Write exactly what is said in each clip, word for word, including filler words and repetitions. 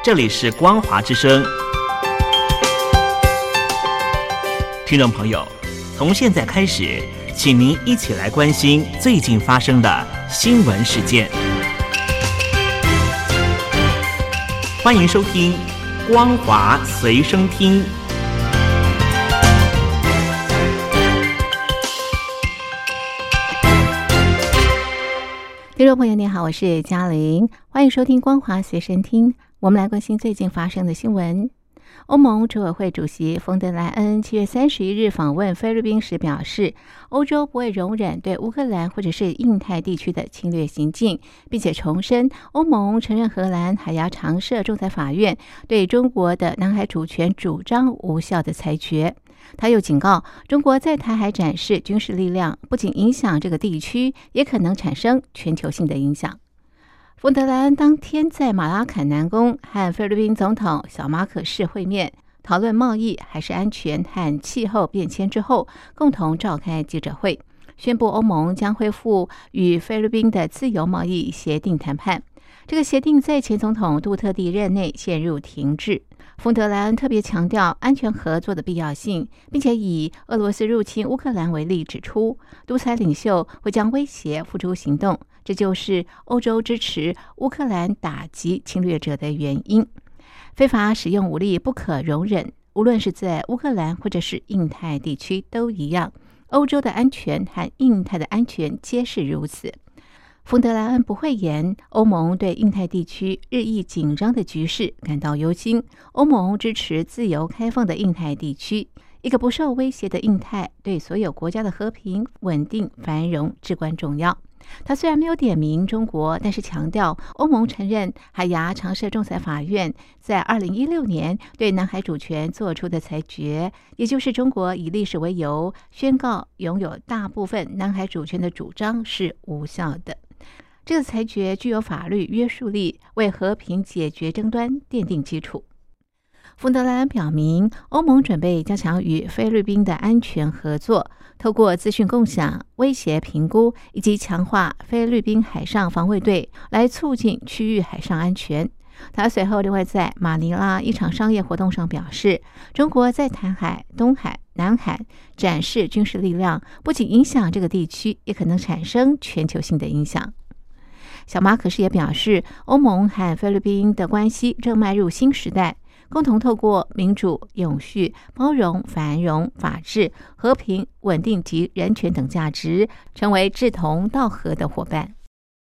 这里是光华之声。听众朋友，从现在开始，请您一起来关心最近发生的新闻事件。欢迎收听光华随身听。 听众朋友您好，我是嘉玲，欢迎收听光华随身听。我们来关心最近发生的新闻。欧盟执委会主席冯德莱恩七月三十一日访问菲律宾时表示，欧洲不会容忍对乌克兰或者是印太地区的侵略行径，并且重申欧盟承认荷兰海牙常设仲裁法院对中国的南海主权主张无效的裁决。他又警告，中国在台海展示军事力量，不仅影响这个地区，也可能产生全球性的影响。冯德莱恩当天在马拉坎南宫和菲律宾总统小马可仕会面，讨论贸易、海事安全和气候变迁之后，共同召开记者会，宣布欧盟将恢复与菲律宾的自由贸易协定谈判。这个协定在前总统杜特地任内陷入停滞。冯德莱恩特别强调安全合作的必要性，并且以俄罗斯入侵乌克兰为例，指出独裁领袖会将威胁付诸行动，这就是欧洲支持乌克兰打击侵略者的原因。非法使用武力不可容忍，无论是在乌克兰或者是印太地区都一样，欧洲的安全和印太的安全皆是如此。冯德莱恩不讳言，欧盟对印太地区日益紧张的局势感到忧心。欧盟支持自由开放的印太地区，一个不受威胁的印太对所有国家的和平、稳定、繁荣至关重要。他虽然没有点名中国，但是强调欧盟承认海牙常设仲裁法院在二零一六年对南海主权做出的裁决，也就是中国以历史为由宣告拥有大部分南海主权的主张是无效的。这个裁决具有法律约束力，为和平解决争端奠定基础。冯德莱恩表明，欧盟准备加强与菲律宾的安全合作，透过资讯共享、威胁评估以及强化菲律宾海上防卫队，来促进区域海上安全。他随后另外在马尼拉一场商业活动上表示，中国在台海、东海、南海展示军事力量，不仅影响这个地区，也可能产生全球性的影响。小马可仕也表示，欧盟和菲律宾的关系正迈入新时代，共同透过民主、永续、包容、繁荣、法治、和平、稳定及人权等价值，成为志同道合的伙伴。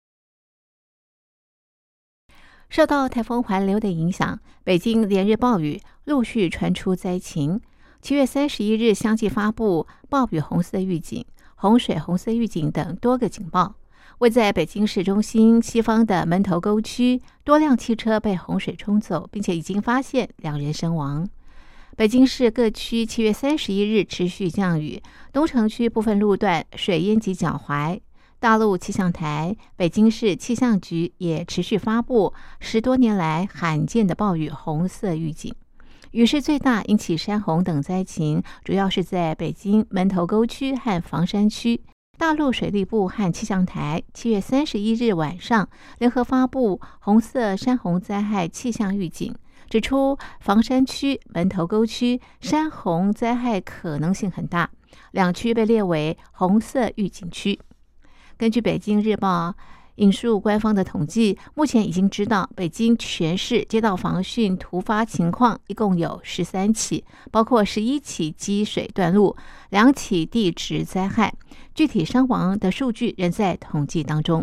受到台风环流的影响，北京连日暴雨，陆续传出灾情。七月三十一日相继发布暴雨红色预警、洪水红色预警等多个警报。位在北京市中心西方的门头沟区，多辆汽车被洪水冲走，并且已经发现两人身亡。北京市各区七月三十一日持续降雨，东城区部分路段水淹及脚踝。大陆气象台、北京市气象局也持续发布十多年来罕见的暴雨红色预警。雨势最大，引起山洪等灾情，主要是在北京门头沟区和房山区。大陆水利部和气象台七月三十一日晚上联合发布红色山洪灾害气象预警，指出房山区、门头沟区山洪灾害可能性很大，两区被列为红色预警区。根据北京日报引述官方的统计，目前已经知道北京全市接到防汛突发情况一共有十三起，包括十一起积水断路，两起地质灾害，具体伤亡的数据仍在统计当中。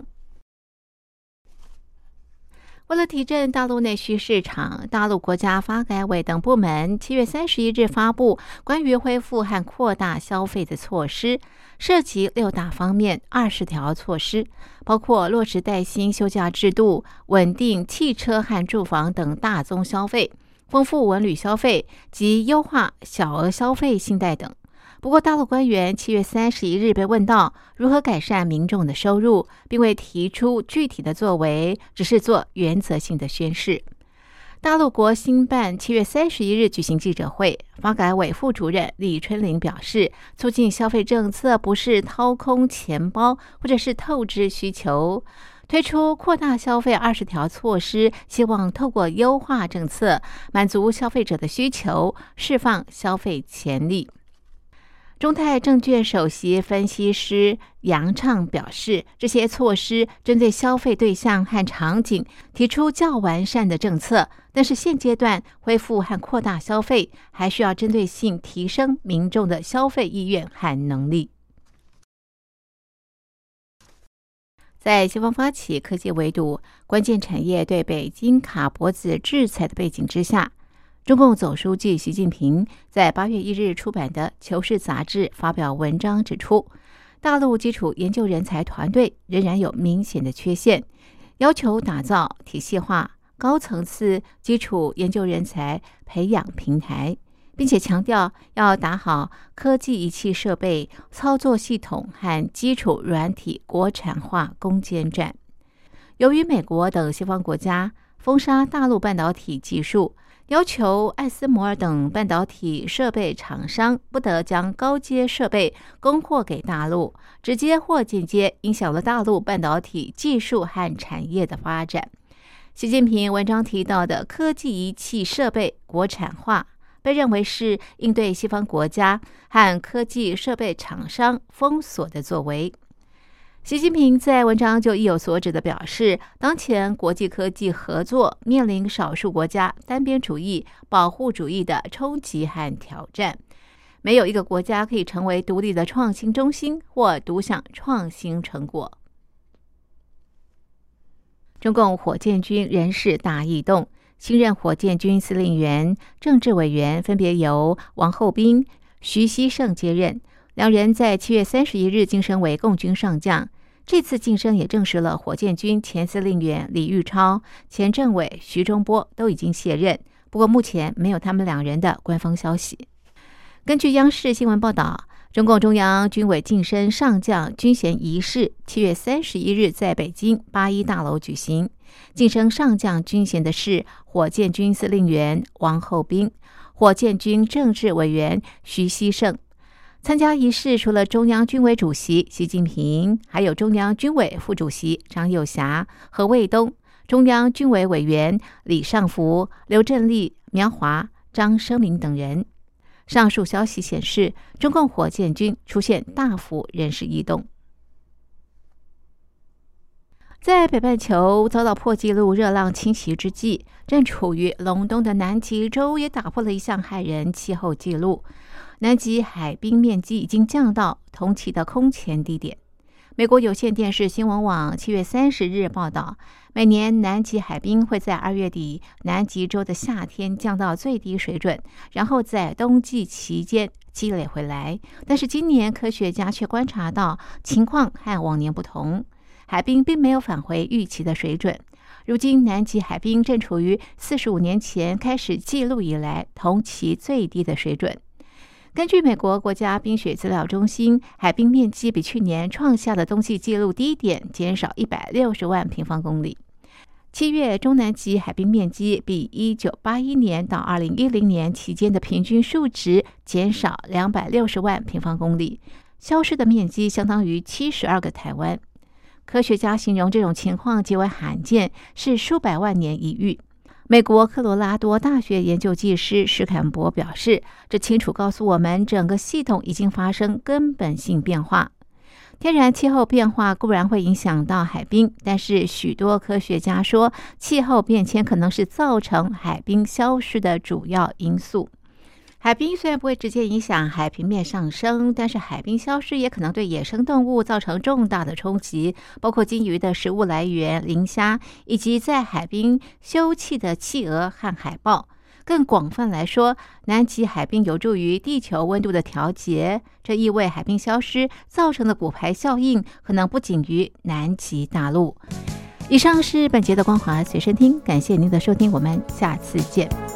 为了提振大陆内需市场，大陆国家发改委等部门七月三十一日发布关于恢复和扩大消费的措施，涉及六大方面二十条措施，包括落实带薪休假制度、稳定汽车和住房等大宗消费、丰富文旅消费及优化小额消费信贷等。不过，大陆官员七月三十一日被问到如何改善民众的收入，并未提出具体的作为，只是做原则性的宣示。大陆国新办七月三十一日举行记者会，发改委副主任李春林表示，促进消费政策不是掏空钱包或者是透支需求， 推出扩大消费二十条措施，希望透过优化政策，满足消费者的需求，释放消费潜力。中泰证券首席分析师杨畅表示，这些措施针对消费对象和场景提出较完善的政策，但是现阶段恢复和扩大消费，还需要针对性提升民众的消费意愿和能力。在西方发起科技围堵、关键产业对北京卡脖子制裁的背景之下，中共总书记习近平在八月一日出版的《求是》杂志发表文章指出，大陆基础研究人才团队仍然有明显的缺陷，要求打造体系化、高层次基础研究人才培养平台，并且强调要打好科技仪器设备、操作系统和基础软体国产化攻坚战。由于美国等西方国家封杀大陆半导体技术，要求艾斯摩尔等半导体设备厂商不得将高阶设备供货给大陆，直接或间接影响了大陆半导体技术和产业的发展。习近平文章提到的科技仪器设备国产化，被认为是应对西方国家和科技设备厂商封锁的作为。习近平在文章就意有所指地表示，当前国际科技合作面临少数国家单边主义、保护主义的冲击和挑战，没有一个国家可以成为独立的创新中心或独享创新成果。中共火箭军人事大异动，新任火箭军司令员、政治委员分别由王厚斌、徐锡胜接任，两人在七月三十一日晋升为共军上将。这次晋升也证实了火箭军前司令员李玉超、前政委徐中波都已经卸任，不过目前没有他们两人的官方消息。根据央视新闻报道，中共中央军委晋升上将军衔仪式七月三十一日在北京八一大楼举行。晋升上将军衔的是火箭军司令员王厚斌、火箭军政治委员徐锡胜。参加仪式除了中央军委主席习近平，还有中央军委副主席张又侠、何卫东，中央军委委员李尚福、刘振立、苗华、张生明等人。上述消息显示，中共火箭军出现大幅人事异动。在北半球遭到破纪录热浪侵袭之际，正处于隆冬的南极洲也打破了一项骇人气候纪录。南极海冰面积已经降到同期的空前低点。美国有线电视新闻网七月三十日报道，每年南极海冰会在二月底南极洲的夏天降到最低水准，然后在冬季期间积累回来。但是今年科学家却观察到情况和往年不同，海冰并没有返回预期的水准。如今南极海冰正处于四十五年前开始记录以来同期最低的水准。根据美国国家冰雪资料中心，海冰面积比去年创下的冬季纪录低点减少一百六十万平方公里。七月中南极海冰面积比一九八一年到二零一零年期间的平均数值减少两百六十万平方公里，消失的面积相当于七十二个台湾。科学家形容这种情况极为罕见，是数百万年一遇。美国科罗拉多大学研究技师史坎伯表示，这清楚告诉我们整个系统已经发生根本性变化。天然气候变化固然会影响到海冰，但是许多科学家说，气候变迁可能是造成海冰消失的主要因素。海冰虽然不会直接影响海平面上升，但是海冰消失也可能对野生动物造成重大的冲击，包括鲸鱼的食物来源磷虾，以及在海冰休憩的企鹅和海豹。更广泛来说，南极海冰有助于地球温度的调节，这意味海冰消失造成的骨牌效应可能不仅于南极大陆。以上是本节的光华随身听，感谢您的收听，我们下次见。